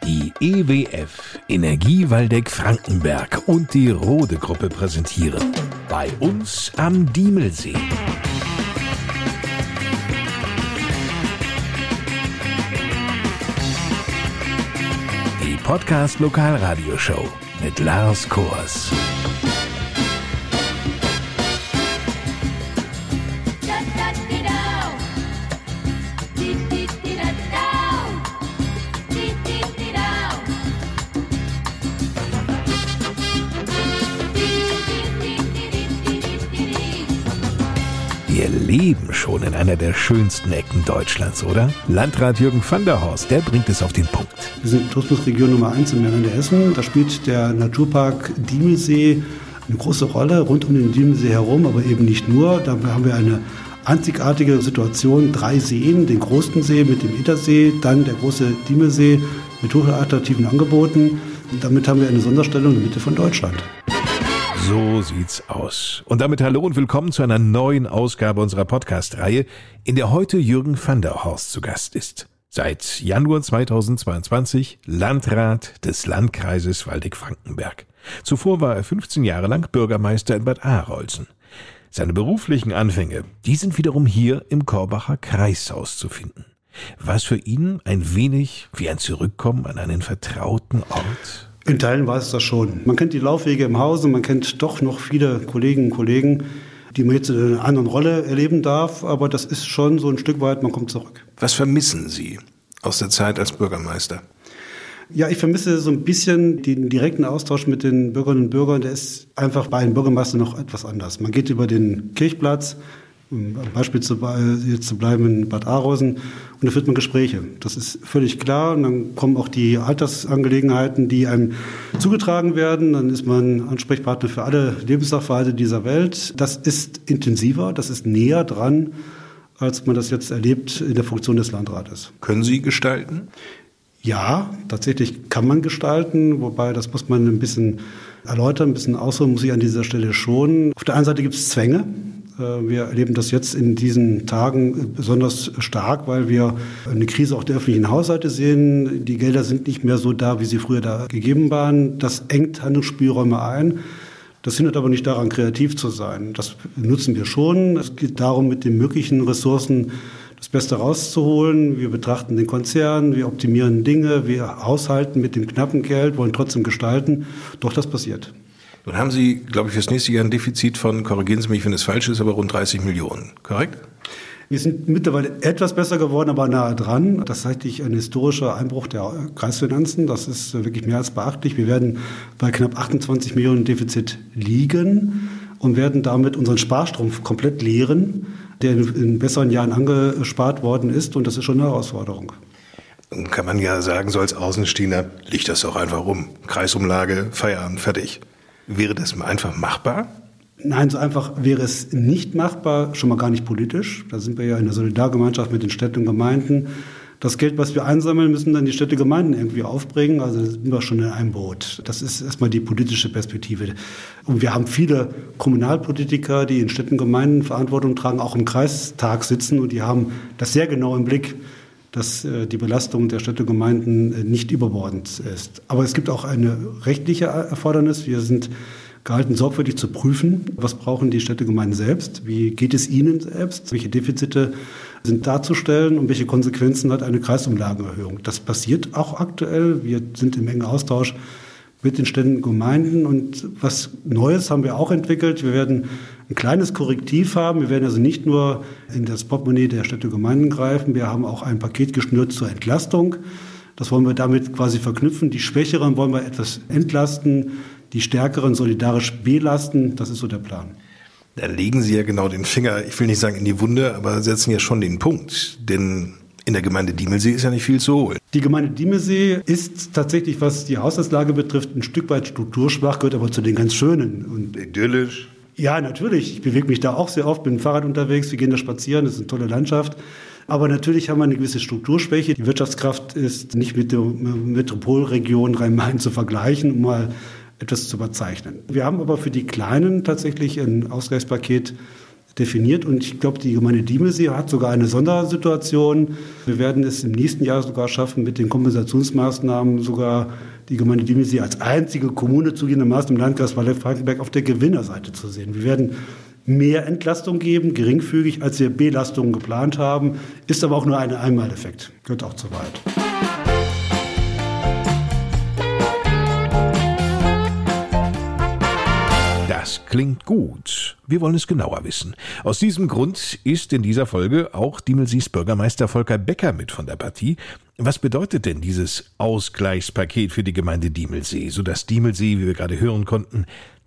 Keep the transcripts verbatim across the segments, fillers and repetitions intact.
Die E W F, Energie Waldeck-Frankenberg und die Rode-Gruppe präsentieren Bei uns am Diemelsee. Die Podcast-Lokalradioshow mit Lars Kors. Wir leben schon in einer der schönsten Ecken Deutschlands, oder? Landrat Jürgen van der Horst, der bringt es auf den Punkt. Wir sind Tourismusregion Nummer eins im Meerland Essen. Da spielt der Naturpark Diemelsee eine große Rolle rund um den Diemelsee herum, aber eben nicht nur. Da haben wir eine einzigartige Situation, drei Seen, den großen See mit dem Edersee, dann der große Diemelsee mit hochattraktiven Angeboten. Und damit haben wir eine Sonderstellung in der Mitte von Deutschland. So sieht's aus. Und damit hallo und willkommen zu einer neuen Ausgabe unserer Podcast-Reihe, in der heute Jürgen van der Horst zu Gast ist. Seit Januar zweitausendzweiundzwanzig Landrat des Landkreises Waldeck-Frankenberg. Zuvor war er fünfzehn Jahre lang Bürgermeister in Bad Arolsen. Seine beruflichen Anfänge, die sind wiederum hier im Korbacher Kreishaus zu finden. Was für ihn ein wenig wie ein Zurückkommen an einen vertrauten Ort? In Teilen war es das schon. Man kennt die Laufwege im Hause, man kennt doch noch viele Kolleginnen und Kollegen, die man jetzt in einer anderen Rolle erleben darf. Aber das ist schon so ein Stück weit, man kommt zurück. Was vermissen Sie aus der Zeit als Bürgermeister? Ja, ich vermisse so ein bisschen den direkten Austausch mit den Bürgerinnen und Bürgern. Der ist einfach bei einem Bürgermeister noch etwas anders. Man geht über den Kirchplatz, um am Beispiel zu, jetzt zu bleiben in Bad Arolsen, und da führt man Gespräche. Das ist völlig klar. Und dann kommen auch die Alltagsangelegenheiten, die einem zugetragen werden. Dann ist man Ansprechpartner für alle Lebenssachverhalte dieser Welt. Das ist intensiver, das ist näher dran, als man das jetzt erlebt in der Funktion des Landrates. Können Sie gestalten? Ja, tatsächlich kann man gestalten, wobei das muss man ein bisschen erläutern, ein bisschen ausholen muss ich an dieser Stelle schon. Auf der einen Seite gibt es Zwänge. Wir erleben das jetzt in diesen Tagen besonders stark, weil wir eine Krise auch der öffentlichen Haushalte sehen. Die Gelder sind nicht mehr so da, wie sie früher da gegeben waren. Das engt Handlungsspielräume ein. Das hindert aber nicht daran, kreativ zu sein. Das nutzen wir schon. Es geht darum, mit den möglichen Ressourcen das Beste rauszuholen. Wir betrachten den Konzern, wir optimieren Dinge, wir haushalten mit dem knappen Geld, wollen trotzdem gestalten. Doch das passiert. Nun haben Sie, glaube ich, fürs nächste Jahr ein Defizit von, korrigieren Sie mich, wenn es falsch ist, aber rund dreißig Millionen, korrekt? Wir sind mittlerweile etwas besser geworden, aber nahe dran. Das ist eigentlich ein historischer Einbruch der Kreisfinanzen. Das ist wirklich mehr als beachtlich. Wir werden bei knapp achtundzwanzig Millionen Defizit liegen und werden damit unseren Sparstrumpf komplett leeren, der in besseren Jahren angespart worden ist. Und das ist schon eine Herausforderung. Dann kann man ja sagen, so als Außenstehender, liegt das doch einfach rum. Kreisumlage, Feierabend, fertig. Wäre das einfach machbar? Nein, so einfach wäre es nicht machbar, schon mal gar nicht politisch. Da sind wir ja in der Solidargemeinschaft mit den Städten und Gemeinden. Das Geld, was wir einsammeln, müssen dann die Städte und Gemeinden irgendwie aufbringen. Also da sind wir schon in einem Boot. Das ist erstmal die politische Perspektive. Und wir haben viele Kommunalpolitiker, die in Städten und Gemeinden Verantwortung tragen, auch im Kreistag sitzen. Und die haben das sehr genau im Blick, dass die Belastung der Städte und Gemeinden nicht überbordend ist. Aber es gibt auch eine rechtliche Erfordernis. Wir sind gehalten, sorgfältig zu prüfen, was brauchen die Städte und Gemeinden selbst, wie geht es ihnen selbst, welche Defizite sind darzustellen und welche Konsequenzen hat eine Kreisumlagenerhöhung. Das passiert auch aktuell. Wir sind im engen Austausch mit den Städten und Gemeinden. Und was Neues haben wir auch entwickelt. Wir werden ein kleines Korrektiv haben. Wir werden also nicht nur in das Portemonnaie der Städte und Gemeinden greifen. Wir haben auch ein Paket geschnürt zur Entlastung. Das wollen wir damit quasi verknüpfen. Die Schwächeren wollen wir etwas entlasten, die Stärkeren solidarisch belasten. Das ist so der Plan. Da legen Sie ja genau den Finger, ich will nicht sagen in die Wunde, aber setzen ja schon den Punkt. Denn in der Gemeinde Diemelsee ist ja nicht viel zu holen. Die Gemeinde Diemelsee ist tatsächlich, was die Haushaltslage betrifft, ein Stück weit strukturschwach, gehört aber zu den ganz Schönen. Und idyllisch. Ja, natürlich. Ich bewege mich da auch sehr oft, bin mit dem Fahrrad unterwegs, wir gehen da spazieren, das ist eine tolle Landschaft. Aber natürlich haben wir eine gewisse Strukturschwäche. Die Wirtschaftskraft ist nicht mit der Metropolregion Rhein-Main zu vergleichen, um mal etwas zu überzeichnen. Wir haben aber für die Kleinen tatsächlich ein Ausgleichspaket definiert. Und ich glaube, die Gemeinde Diemelsee hat sogar eine Sondersituation. Wir werden es im nächsten Jahr sogar schaffen, mit den Kompensationsmaßnahmen sogar die Gemeinde Diemelsee als einzige Kommune zugegebenermaßen im Landkreis Waldeck-Frankenberg auf der Gewinnerseite zu sehen. Wir werden mehr Entlastung geben, geringfügig, als wir Belastungen geplant haben, ist aber auch nur ein Einmaleffekt, gehört auch zu weit. Das klingt gut. Wir wollen es genauer wissen. Aus diesem Grund ist in dieser Folge auch Diemelsees Bürgermeister Volker Becker mit von der Partie. Was bedeutet denn dieses Ausgleichspaket für die Gemeinde Diemelsee, sodass Diemelsee, wie wir gerade hören konnten,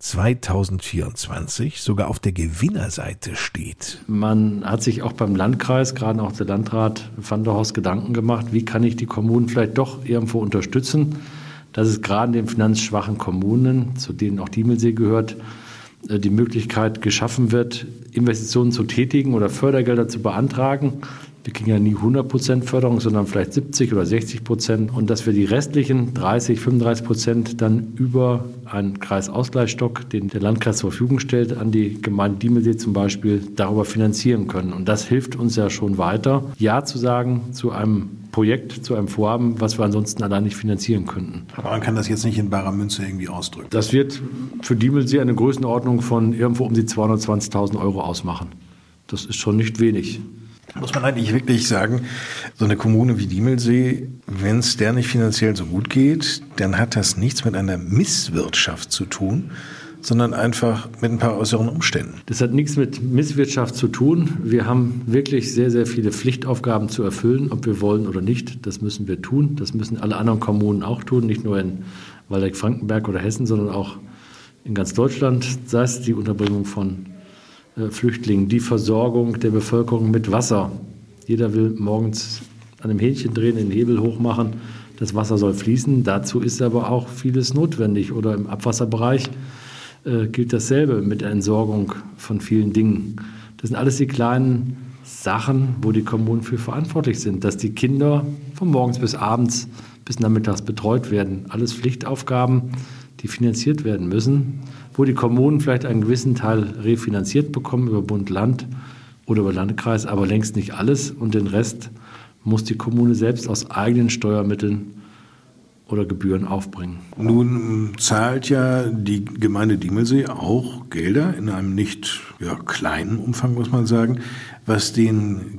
zweitausendvierundzwanzig sogar auf der Gewinnerseite steht? Man hat sich auch beim Landkreis, gerade auch der Landrat Van der Horst, Gedanken gemacht, wie kann ich die Kommunen vielleicht doch irgendwo unterstützen, dass es gerade in den finanzschwachen Kommunen, zu denen auch Diemelsee gehört, die Möglichkeit geschaffen wird, Investitionen zu tätigen oder Fördergelder zu beantragen. Wir kriegen ja nie hundert Prozent Förderung, sondern vielleicht siebzig oder sechzig Prozent. Und dass wir die restlichen dreißig, fünfunddreißig Prozent dann über einen Kreisausgleichsstock, den der Landkreis zur Verfügung stellt, an die Gemeinde Diemelsee zum Beispiel, darüber finanzieren können. Und das hilft uns ja schon weiter, Ja zu sagen zu einem Projekt, zu einem Vorhaben, was wir ansonsten allein nicht finanzieren könnten. Aber man kann das jetzt nicht in barer Münze irgendwie ausdrücken. Das wird für Diemelsee eine Größenordnung von irgendwo um die zweihundertzwanzigtausend Euro ausmachen. Das ist schon nicht wenig. Muss man eigentlich wirklich sagen, so eine Kommune wie Diemelsee, wenn es der nicht finanziell so gut geht, dann hat das nichts mit einer Misswirtschaft zu tun, sondern einfach mit ein paar äußeren Umständen. Das hat nichts mit Misswirtschaft zu tun. Wir haben wirklich sehr, sehr viele Pflichtaufgaben zu erfüllen, ob wir wollen oder nicht. Das müssen wir tun. Das müssen alle anderen Kommunen auch tun, nicht nur in Waldeck-Frankenberg oder Hessen, sondern auch in ganz Deutschland. Sei es die Unterbringung von äh, Flüchtlingen, die Versorgung der Bevölkerung mit Wasser. Jeder will morgens an einem Hähnchen drehen, den Hebel hochmachen. Das Wasser soll fließen. Dazu ist aber auch vieles notwendig. Oder im Abwasserbereich Äh, gilt dasselbe mit der Entsorgung von vielen Dingen. Das sind alles die kleinen Sachen, wo die Kommunen für verantwortlich sind, dass die Kinder von morgens bis abends bis nachmittags betreut werden. Alles Pflichtaufgaben, die finanziert werden müssen, wo die Kommunen vielleicht einen gewissen Teil refinanziert bekommen über Bund, Land oder über Landkreis, aber längst nicht alles. Und den Rest muss die Kommune selbst aus eigenen Steuermitteln oder Gebühren aufbringen. Nun zahlt ja die Gemeinde Diemelsee auch Gelder in einem nicht ja, kleinen Umfang, muss man sagen, was den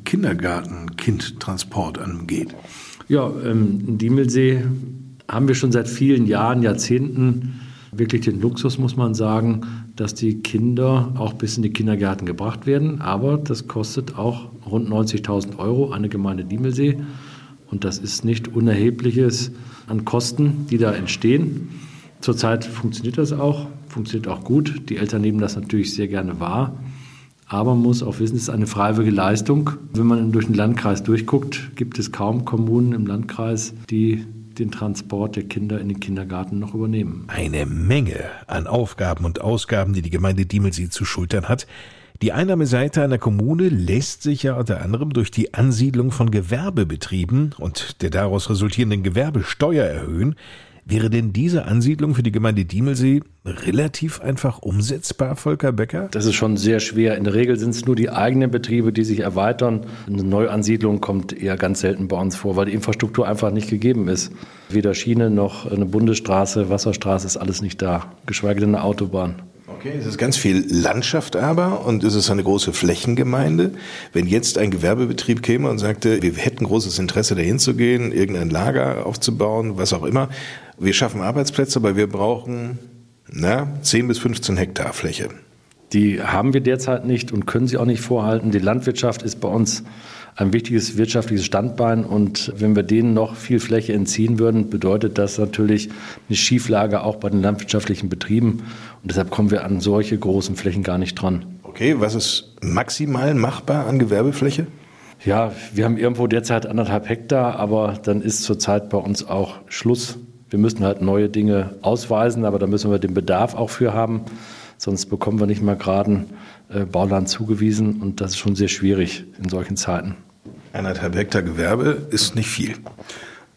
Kindergarten-Kindtransport angeht. Ja, ähm, in Diemelsee haben wir schon seit vielen Jahren, Jahrzehnten wirklich den Luxus, muss man sagen, dass die Kinder auch bis in die Kindergärten gebracht werden. Aber das kostet auch rund neunzigtausend Euro eine Gemeinde Diemelsee. Und das ist nicht Unerhebliches an Kosten, die da entstehen. Zurzeit funktioniert das auch, funktioniert auch gut. Die Eltern nehmen das natürlich sehr gerne wahr. Aber man muss auch wissen, es ist eine freiwillige Leistung. Wenn man durch den Landkreis durchguckt, gibt es kaum Kommunen im Landkreis, die den Transport der Kinder in den Kindergarten noch übernehmen. Eine Menge an Aufgaben und Ausgaben, die die Gemeinde Diemelsee zu schultern hat. Die Einnahmeseite einer Kommune lässt sich ja unter anderem durch die Ansiedlung von Gewerbebetrieben und der daraus resultierenden Gewerbesteuer erhöhen. Wäre denn diese Ansiedlung für die Gemeinde Diemelsee relativ einfach umsetzbar, Volker Becker? Das ist schon sehr schwer. In der Regel sind es nur die eigenen Betriebe, die sich erweitern. Eine Neuansiedlung kommt eher ganz selten bei uns vor, weil die Infrastruktur einfach nicht gegeben ist. Weder Schiene noch eine Bundesstraße, Wasserstraße ist alles nicht da, geschweige denn eine Autobahn. Okay, es ist ganz viel Landschaft aber und es ist eine große Flächengemeinde. Wenn jetzt ein Gewerbebetrieb käme und sagte, wir hätten großes Interesse dahin zu gehen, irgendein Lager aufzubauen, was auch immer, wir schaffen Arbeitsplätze, aber wir brauchen na, zehn bis fünfzehn Hektar Fläche. Die haben wir derzeit nicht und können sie auch nicht vorhalten. Die Landwirtschaft ist bei uns ein wichtiges wirtschaftliches Standbein und wenn wir denen noch viel Fläche entziehen würden, bedeutet das natürlich eine Schieflage auch bei den landwirtschaftlichen Betrieben und deshalb kommen wir an solche großen Flächen gar nicht dran. Okay, was ist maximal machbar an Gewerbefläche? Ja, wir haben irgendwo derzeit anderthalb Hektar, aber dann ist zurzeit bei uns auch Schluss. Wir müssen halt neue Dinge ausweisen, aber da müssen wir den Bedarf auch für haben. Sonst bekommen wir nicht mal gerade äh, Bauland zugewiesen und das ist schon sehr schwierig in solchen Zeiten. Eineinhalb Hektar Gewerbe ist nicht viel.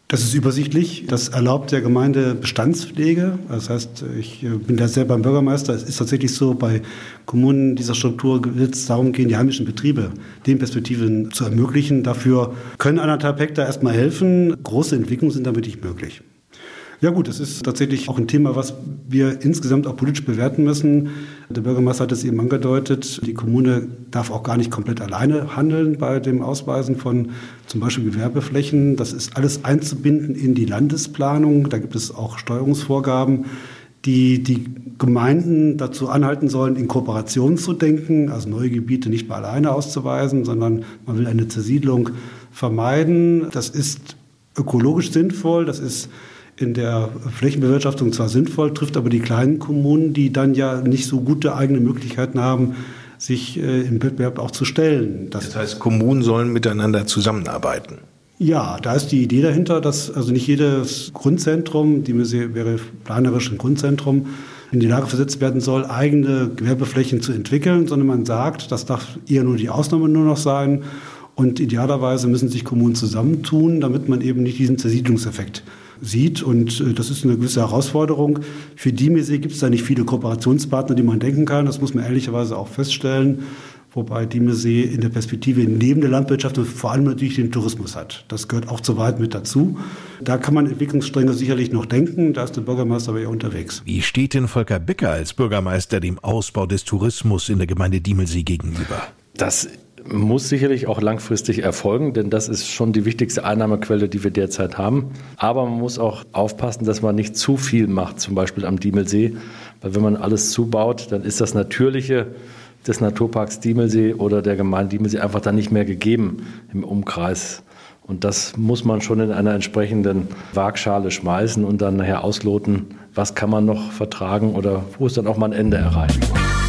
Das ist übersichtlich. Das erlaubt der Gemeinde Bestandspflege. Das heißt, ich bin da selber beim Bürgermeister. Es ist tatsächlich so, bei Kommunen dieser Struktur wird es darum gehen, die heimischen Betriebe den Perspektiven zu ermöglichen. Dafür können anderthalb Hektar erstmal helfen. Große Entwicklungen sind damit nicht möglich. Ja gut, das ist tatsächlich auch ein Thema, was wir insgesamt auch politisch bewerten müssen. Der Bürgermeister hat es eben angedeutet, die Kommune darf auch gar nicht komplett alleine handeln bei dem Ausweisen von zum Beispiel Gewerbeflächen. Das ist alles einzubinden in die Landesplanung. Da gibt es auch Steuerungsvorgaben, die die Gemeinden dazu anhalten sollen, in Kooperation zu denken, also neue Gebiete nicht mehr alleine auszuweisen, sondern man will eine Zersiedlung vermeiden. Das ist ökologisch sinnvoll, das ist in der Flächenbewirtschaftung zwar sinnvoll, trifft aber die kleinen Kommunen, die dann ja nicht so gute eigene Möglichkeiten haben, sich äh, im Wettbewerb auch zu stellen. Das, das heißt, Kommunen sollen miteinander zusammenarbeiten. Ja, da ist die Idee dahinter, dass also nicht jedes Grundzentrum, die Musee wäre planerisch ein Grundzentrum, in die Lage versetzt werden soll, eigene Gewerbeflächen zu entwickeln, sondern man sagt, das darf eher nur die Ausnahme nur noch sein. Und idealerweise müssen sich Kommunen zusammentun, damit man eben nicht diesen Zersiedlungseffekt sieht. Und äh, das ist eine gewisse Herausforderung. Für die Musee gibt es da nicht viele Kooperationspartner, die man denken kann. Das muss man ehrlicherweise auch feststellen. Wobei die Musee in der Perspektive neben der Landwirtschaft und vor allem natürlich den Tourismus hat. Das gehört auch zu weit mit dazu. Da kann man Entwicklungsstränge sicherlich noch denken. Da ist der Bürgermeister aber ja unterwegs. Wie steht denn Volker Becker als Bürgermeister dem Ausbau des Tourismus in der Gemeinde Diemelsee gegenüber? Das muss sicherlich auch langfristig erfolgen, denn das ist schon die wichtigste Einnahmequelle, die wir derzeit haben. Aber man muss auch aufpassen, dass man nicht zu viel macht, zum Beispiel am Diemelsee. Weil wenn man alles zubaut, dann ist das Natürliche des Naturparks Diemelsee oder der Gemeinde Diemelsee einfach dann nicht mehr gegeben im Umkreis. Und das muss man schon in einer entsprechenden Waagschale schmeißen und dann nachher ausloten, was kann man noch vertragen oder wo ist dann auch mal ein Ende erreicht.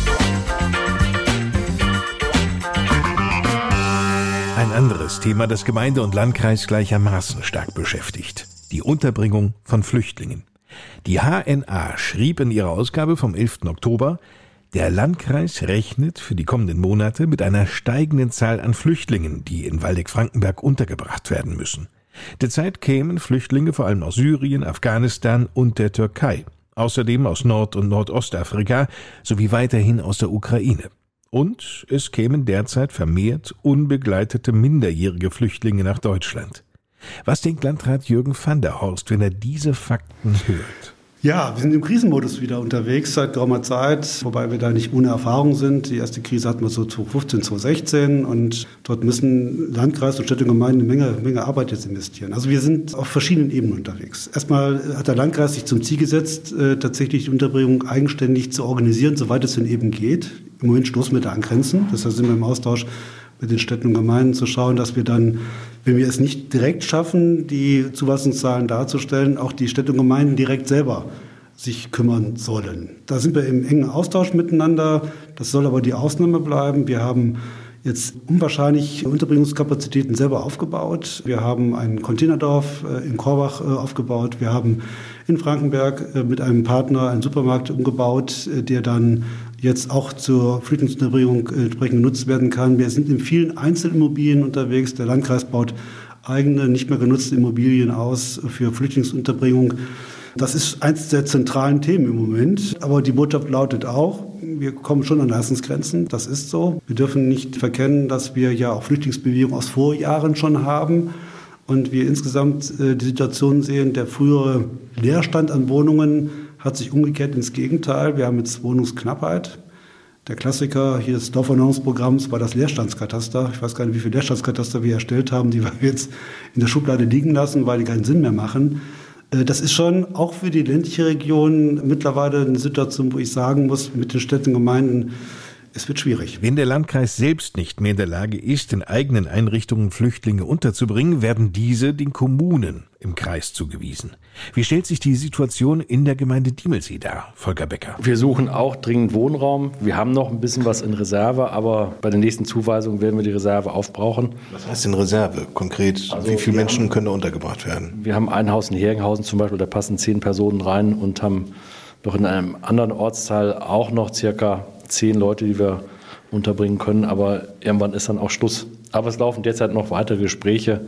Ein anderes Thema, das Gemeinde und Landkreis gleichermaßen stark beschäftigt: die Unterbringung von Flüchtlingen. Die H N A schrieb in ihrer Ausgabe vom elften Oktober, der Landkreis rechnet für die kommenden Monate mit einer steigenden Zahl an Flüchtlingen, die in Waldeck-Frankenberg untergebracht werden müssen. Derzeit kämen Flüchtlinge vor allem aus Syrien, Afghanistan und der Türkei, außerdem aus Nord- und Nordostafrika sowie weiterhin aus der Ukraine. Und es kämen derzeit vermehrt unbegleitete minderjährige Flüchtlinge nach Deutschland. Was denkt Landrat Jürgen van der Horst, wenn er diese Fakten hört? Ja, wir sind im Krisenmodus wieder unterwegs seit geraumer Zeit, wobei wir da nicht ohne Erfahrung sind. Die erste Krise hatten wir so zweitausendfünfzehn, zweitausendsechzehn und dort müssen Landkreis und Städte und Gemeinden eine Menge, Menge Arbeit jetzt investieren. Also wir sind auf verschiedenen Ebenen unterwegs. Erstmal hat der Landkreis sich zum Ziel gesetzt, äh, tatsächlich die Unterbringung eigenständig zu organisieren, soweit es denn eben geht. Im Moment stoßen wir da an Grenzen. Deshalb sind wir im Austausch mit den Städten und Gemeinden zu schauen, dass wir dann, wenn wir es nicht direkt schaffen, die Zulassungszahlen darzustellen, auch die Städte und Gemeinden direkt selber sich kümmern sollen. Da sind wir im engen Austausch miteinander. Das soll aber die Ausnahme bleiben. Wir haben jetzt unwahrscheinlich Unterbringungskapazitäten selber aufgebaut. Wir haben ein Containerdorf in Korbach aufgebaut. Wir haben in Frankenberg mit einem Partner einen Supermarkt umgebaut, der dann jetzt auch zur Flüchtlingsunterbringung entsprechend genutzt werden kann. Wir sind in vielen Einzelimmobilien unterwegs. Der Landkreis baut eigene, nicht mehr genutzte Immobilien aus für Flüchtlingsunterbringung. Das ist eines der zentralen Themen im Moment. Aber die Botschaft lautet auch, wir kommen schon an Leistungsgrenzen. Das ist so. Wir dürfen nicht verkennen, dass wir ja auch Flüchtlingsbewegungen aus Vorjahren schon haben. Und wir insgesamt die Situation sehen, der frühere Leerstand an Wohnungen hat sich umgekehrt ins Gegenteil. Wir haben jetzt Wohnungsknappheit. Der Klassiker hier des Dorferneuerungsprogramms war das Leerstandskataster. Ich weiß gar nicht, wie viele Leerstandskataster wir erstellt haben, die wir jetzt in der Schublade liegen lassen, weil die keinen Sinn mehr machen. Das ist schon auch für die ländliche Region mittlerweile eine Situation, wo ich sagen muss, mit den Städten und Gemeinden, es wird schwierig. Wenn der Landkreis selbst nicht mehr in der Lage ist, in eigenen Einrichtungen Flüchtlinge unterzubringen, werden diese den Kommunen im Kreis zugewiesen. Wie stellt sich die Situation in der Gemeinde Diemelsee dar, Volker Becker? Wir suchen auch dringend Wohnraum. Wir haben noch ein bisschen was in Reserve, aber bei den nächsten Zuweisungen werden wir die Reserve aufbrauchen. Was heißt in Reserve konkret? Also wie viele Menschen haben, können da untergebracht werden? Wir haben ein Haus in Heringhausen zum Beispiel, da passen zehn Personen rein und haben noch in einem anderen Ortsteil auch noch circa zehn Leute, die wir unterbringen können, aber irgendwann ist dann auch Schluss. Aber es laufen derzeit noch weitere Gespräche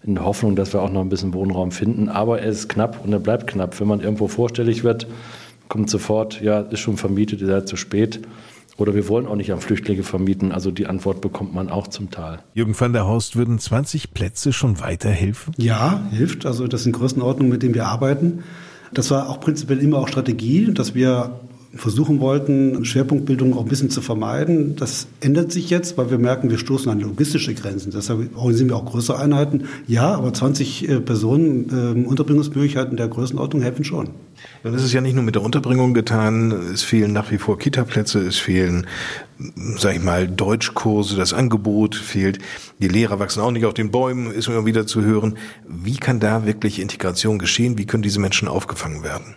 in der Hoffnung, dass wir auch noch ein bisschen Wohnraum finden. Aber er ist knapp und er bleibt knapp. Wenn man irgendwo vorstellig wird, kommt sofort, ja, ist schon vermietet, ihr seid zu spät. Oder wir wollen auch nicht an Flüchtlinge vermieten. Also die Antwort bekommt man auch zum Teil. Jürgen van der Horst, würden zwanzig Plätze schon weiterhelfen? Ja, hilft. Also das sind Größenordnungen, mit denen wir arbeiten. Das war auch prinzipiell immer auch Strategie, dass wir versuchen wollten, Schwerpunktbildung auch ein bisschen zu vermeiden. Das ändert sich jetzt, weil wir merken, wir stoßen an logistische Grenzen. Deshalb organisieren wir auch größere Einheiten. Ja, aber zwanzig äh, Personen, äh, Unterbringungsmöglichkeiten der Größenordnung helfen schon. Dann ist es ja nicht nur mit der Unterbringung getan. Es fehlen nach wie vor Kitaplätze, es fehlen, sag ich mal, Deutschkurse, das Angebot fehlt. Die Lehrer wachsen auch nicht auf den Bäumen, ist immer wieder zu hören. Wie kann da wirklich Integration geschehen? Wie können diese Menschen aufgefangen werden?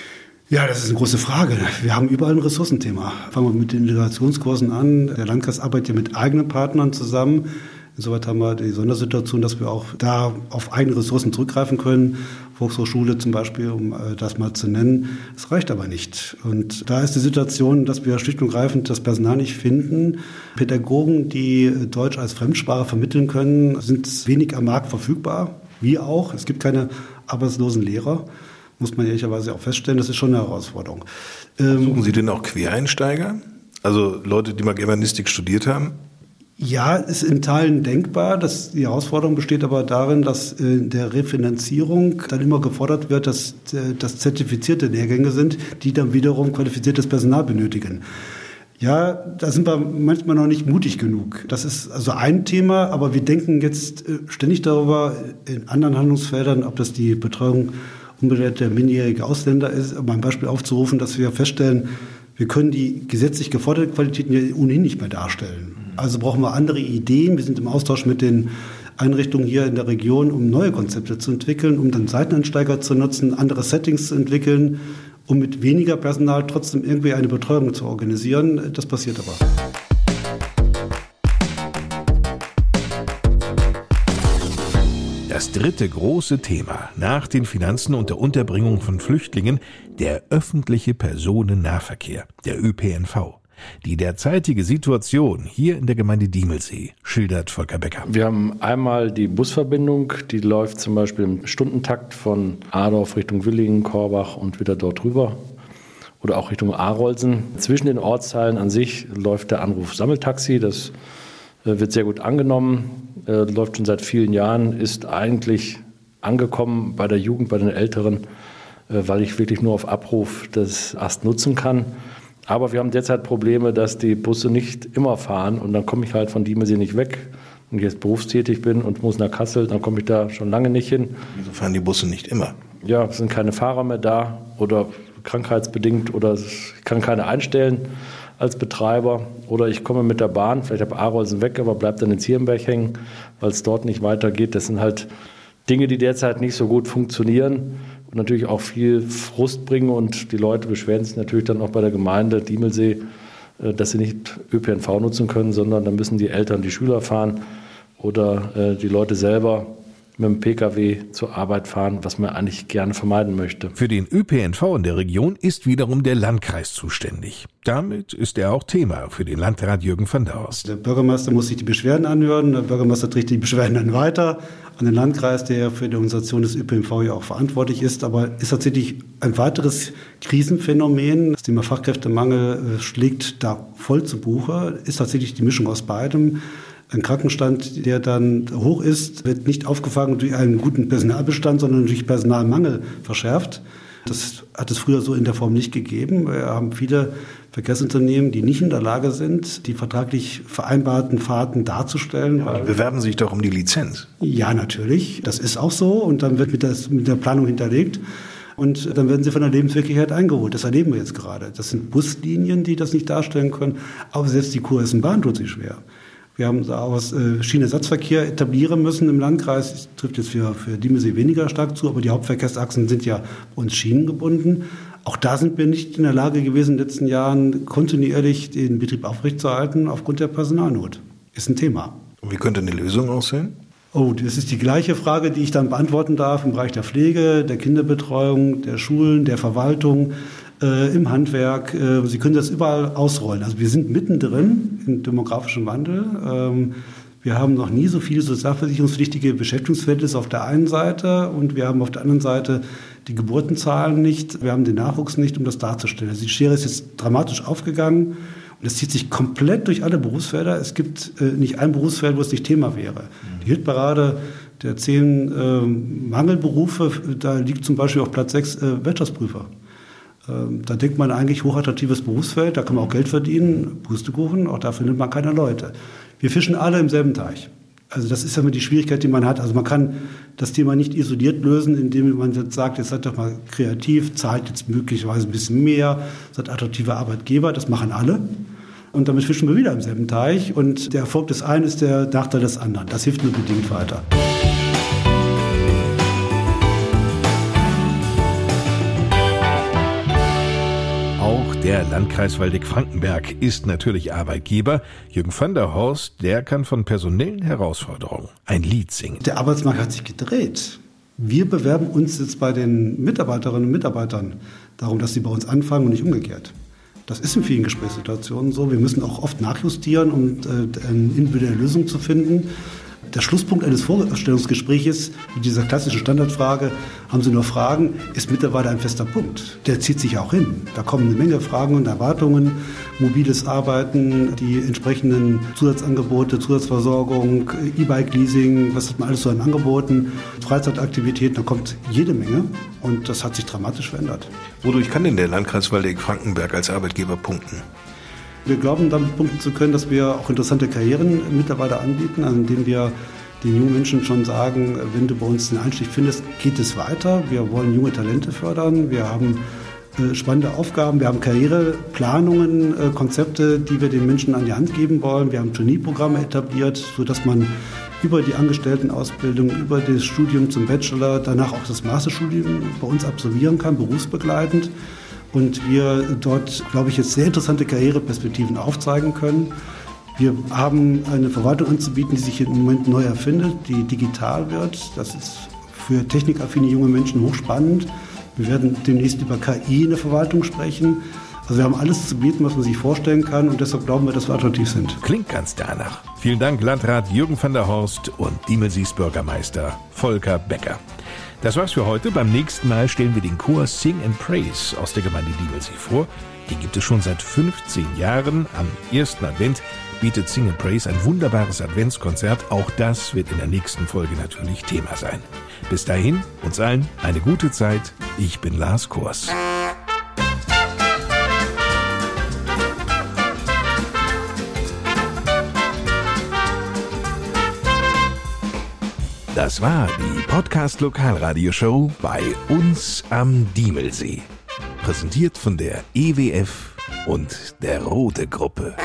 Ja, das ist eine große Frage. Wir haben überall ein Ressourcenthema. Fangen wir mit den Integrationskursen an. Der Landkreis arbeitet ja mit eigenen Partnern zusammen. Insoweit haben wir die Sondersituation, dass wir auch da auf eigene Ressourcen zurückgreifen können. Volkshochschule zum Beispiel, um das mal zu nennen. Es reicht aber nicht. Und da ist die Situation, dass wir schlicht und greifend das Personal nicht finden. Pädagogen, die Deutsch als Fremdsprache vermitteln können, sind wenig am Markt verfügbar. Wie auch. Es gibt keine arbeitslosen Lehrer. Muss man ehrlicherweise auch feststellen, das ist schon eine Herausforderung. Ähm, Suchen Sie denn auch Quereinsteiger? Also Leute, die mal Germanistik studiert haben? Ja, ist in Teilen denkbar. Das, die Herausforderung besteht aber darin, dass in der Refinanzierung dann immer gefordert wird, dass das zertifizierte Lehrgänge sind, die dann wiederum qualifiziertes Personal benötigen. Ja, da sind wir manchmal noch nicht mutig genug. Das ist also ein Thema, aber wir denken jetzt ständig darüber in anderen Handlungsfeldern, ob das die Betreuung unbehelligter minderjähriger Ausländer ist, um ein Beispiel aufzurufen, dass wir feststellen, wir können die gesetzlich geforderte Qualitäten ja ohnehin nicht mehr darstellen. Also brauchen wir andere Ideen. Wir sind im Austausch mit den Einrichtungen hier in der Region, um neue Konzepte zu entwickeln, um dann Seiteneinsteiger zu nutzen, andere Settings zu entwickeln, um mit weniger Personal trotzdem irgendwie eine Betreuung zu organisieren. Das passiert aber. Das dritte große Thema nach den Finanzen und der Unterbringung von Flüchtlingen, der öffentliche Personennahverkehr, der Ö P N V. Die derzeitige Situation hier in der Gemeinde Diemelsee schildert Volker Becker. Wir haben einmal die Busverbindung, die läuft zum Beispiel im Stundentakt von Adorf Richtung Willingen, Korbach und wieder dort rüber. Oder auch Richtung Arolsen. Zwischen den Ortsteilen an sich läuft der Anruf Sammeltaxi. Das wird sehr gut angenommen, äh, läuft schon seit vielen Jahren, ist eigentlich angekommen bei der Jugend, bei den Älteren, äh, weil ich wirklich nur auf Abruf das Ast nutzen kann. Aber wir haben derzeit Probleme, dass die Busse nicht immer fahren und dann komme ich halt von Diemelsee nicht weg. Und ich jetzt berufstätig bin und muss nach Kassel, dann komme ich da schon lange nicht hin. Wieso fahren die Busse nicht immer? Ja, es sind keine Fahrer mehr da oder krankheitsbedingt oder ich kann keine einstellen als Betreiber, oder ich komme mit der Bahn, vielleicht habe Arolsen weg, aber bleibt dann in Zierenberg hängen, weil es dort nicht weitergeht. Das sind halt Dinge, die derzeit nicht so gut funktionieren und natürlich auch viel Frust bringen, und die Leute beschweren sich natürlich dann auch bei der Gemeinde Diemelsee, dass sie nicht Ö P N V nutzen können, sondern dann müssen die Eltern die Schüler fahren oder die Leute selber mit dem P K W zur Arbeit fahren, was man eigentlich gerne vermeiden möchte. Für den Ö P N V in der Region ist wiederum der Landkreis zuständig. Damit ist er auch Thema für den Landrat Jürgen van der Horst. Der Bürgermeister muss sich die Beschwerden anhören. Der Bürgermeister trägt die Beschwerden dann weiter an den Landkreis, der für die Organisation des Ö P N V ja auch verantwortlich ist. Aber ist tatsächlich ein weiteres Krisenphänomen. Das Thema Fachkräftemangel schlägt da voll zu Buche. Ist tatsächlich die Mischung aus beidem. Ein Krankenstand, der dann hoch ist, wird nicht aufgefangen durch einen guten Personalbestand, sondern durch Personalmangel verschärft. Das hat es früher so in der Form nicht gegeben. Wir haben viele Verkehrsunternehmen, die nicht in der Lage sind, die vertraglich vereinbarten Fahrten darzustellen. Ja, die bewerben sich doch um die Lizenz. Ja, natürlich. Das ist auch so. Und dann wird mit, das, mit der Planung hinterlegt. Und dann werden sie von der Lebenswirklichkeit eingeholt. Das erleben wir jetzt gerade. Das sind Buslinien, die das nicht darstellen können. Aber selbst die Kurhessenbahn tut sich schwer. Wir haben daraus äh, Schienenersatzverkehr etablieren müssen im Landkreis. Das trifft jetzt für, für Diemelsee weniger stark zu, aber die Hauptverkehrsachsen sind ja bei uns schienengebunden. Auch da sind wir nicht in der Lage gewesen, in den letzten Jahren kontinuierlich den Betrieb aufrechtzuerhalten aufgrund der Personalnot. Ist ein Thema. Und wie könnte eine Lösung aussehen? Oh, das ist die gleiche Frage, die ich dann beantworten darf im Bereich der Pflege, der Kinderbetreuung, der Schulen, der Verwaltung, äh, im Handwerk. Äh, Sie können das überall ausrollen. Also wir sind mittendrin im demografischen Wandel. Ähm, Wir haben noch nie so viele sozialversicherungspflichtige Beschäftigungsverhältnisse auf der einen Seite und wir haben auf der anderen Seite die Geburtenzahlen nicht, wir haben den Nachwuchs nicht, um das darzustellen. Also die Schere ist jetzt dramatisch aufgegangen und das zieht sich komplett durch alle Berufsfelder. Es gibt äh, nicht ein Berufsfeld, wo es nicht Thema wäre. Die Hitparade der zehn äh, Mangelberufe, da liegt zum Beispiel auf Platz sechs äh, Wirtschaftsprüfer. Ähm, da denkt man eigentlich hochattraktives Berufsfeld, da kann man auch Geld verdienen, Pustekuchen, auch da findet man keine Leute. Wir fischen alle im selben Teich. Also das ist ja immer die Schwierigkeit, die man hat. Also man kann das Thema nicht isoliert lösen, indem man jetzt sagt, jetzt seid doch mal kreativ, zahlt jetzt möglicherweise ein bisschen mehr, seid attraktive Arbeitgeber, das machen alle. Und damit fischen wir wieder im selben Teich. Und der Erfolg des einen ist der Nachteil des anderen. Das hilft nur bedingt weiter. Auch der Landkreis Waldeck-Frankenberg ist natürlich Arbeitgeber. Jürgen van der Horst, der kann von personellen Herausforderungen ein Lied singen. Der Arbeitsmarkt hat sich gedreht. Wir bewerben uns jetzt bei den Mitarbeiterinnen und Mitarbeitern darum, dass sie bei uns anfangen und nicht umgekehrt. Das ist in vielen Gesprächssituationen so. Wir müssen auch oft nachjustieren, um äh, eine individuelle Lösung zu finden. Der Schlusspunkt eines Vorstellungsgespräches mit dieser klassischen Standardfrage, haben Sie noch Fragen, ist mittlerweile ein fester Punkt. Der zieht sich auch hin. Da kommen eine Menge Fragen und Erwartungen, mobiles Arbeiten, die entsprechenden Zusatzangebote, Zusatzversorgung, E-Bike-Leasing, was hat man alles so an Angeboten, Freizeitaktivitäten, da kommt jede Menge und das hat sich dramatisch verändert. Wodurch kann denn der Landkreis Waldeck-Frankenberg als Arbeitgeber punkten? Wir glauben, damit punkten zu können, dass wir auch interessante Karrieren mittlerweile anbieten, an denen wir den jungen Menschen schon sagen, wenn du bei uns den Einstieg findest, geht es weiter. Wir wollen junge Talente fördern. Wir haben äh, spannende Aufgaben. Wir haben Karriereplanungen, äh, Konzepte, die wir den Menschen an die Hand geben wollen. Wir haben Trainee-Programme etabliert, sodass man über die Angestelltenausbildung, über das Studium zum Bachelor, danach auch das Masterstudium bei uns absolvieren kann, berufsbegleitend. Und wir dort, glaube ich, jetzt sehr interessante Karriereperspektiven aufzeigen können. Wir haben eine Verwaltung anzubieten, die sich im Moment neu erfindet, die digital wird. Das ist für technikaffine junge Menschen hochspannend. Wir werden demnächst über K I in der Verwaltung sprechen. Also wir haben alles zu bieten, was man sich vorstellen kann und deshalb glauben wir, dass wir attraktiv sind. Klingt ganz danach. Vielen Dank, Landrat Jürgen van der Horst und Diemelsees Bürgermeister Volker Becker. Das war's für heute. Beim nächsten Mal stellen wir den Chor Sing and Praise aus der Gemeinde Diemelsee vor. Den gibt es schon seit fünfzehn Jahren. Am ersten Advent bietet Sing and Praise ein wunderbares Adventskonzert. Auch das wird in der nächsten Folge natürlich Thema sein. Bis dahin, uns allen eine gute Zeit. Ich bin Lars Kors. Das war die Podcast-Lokalradioshow bei uns am Diemelsee. Präsentiert von der E W F und der Rote Gruppe.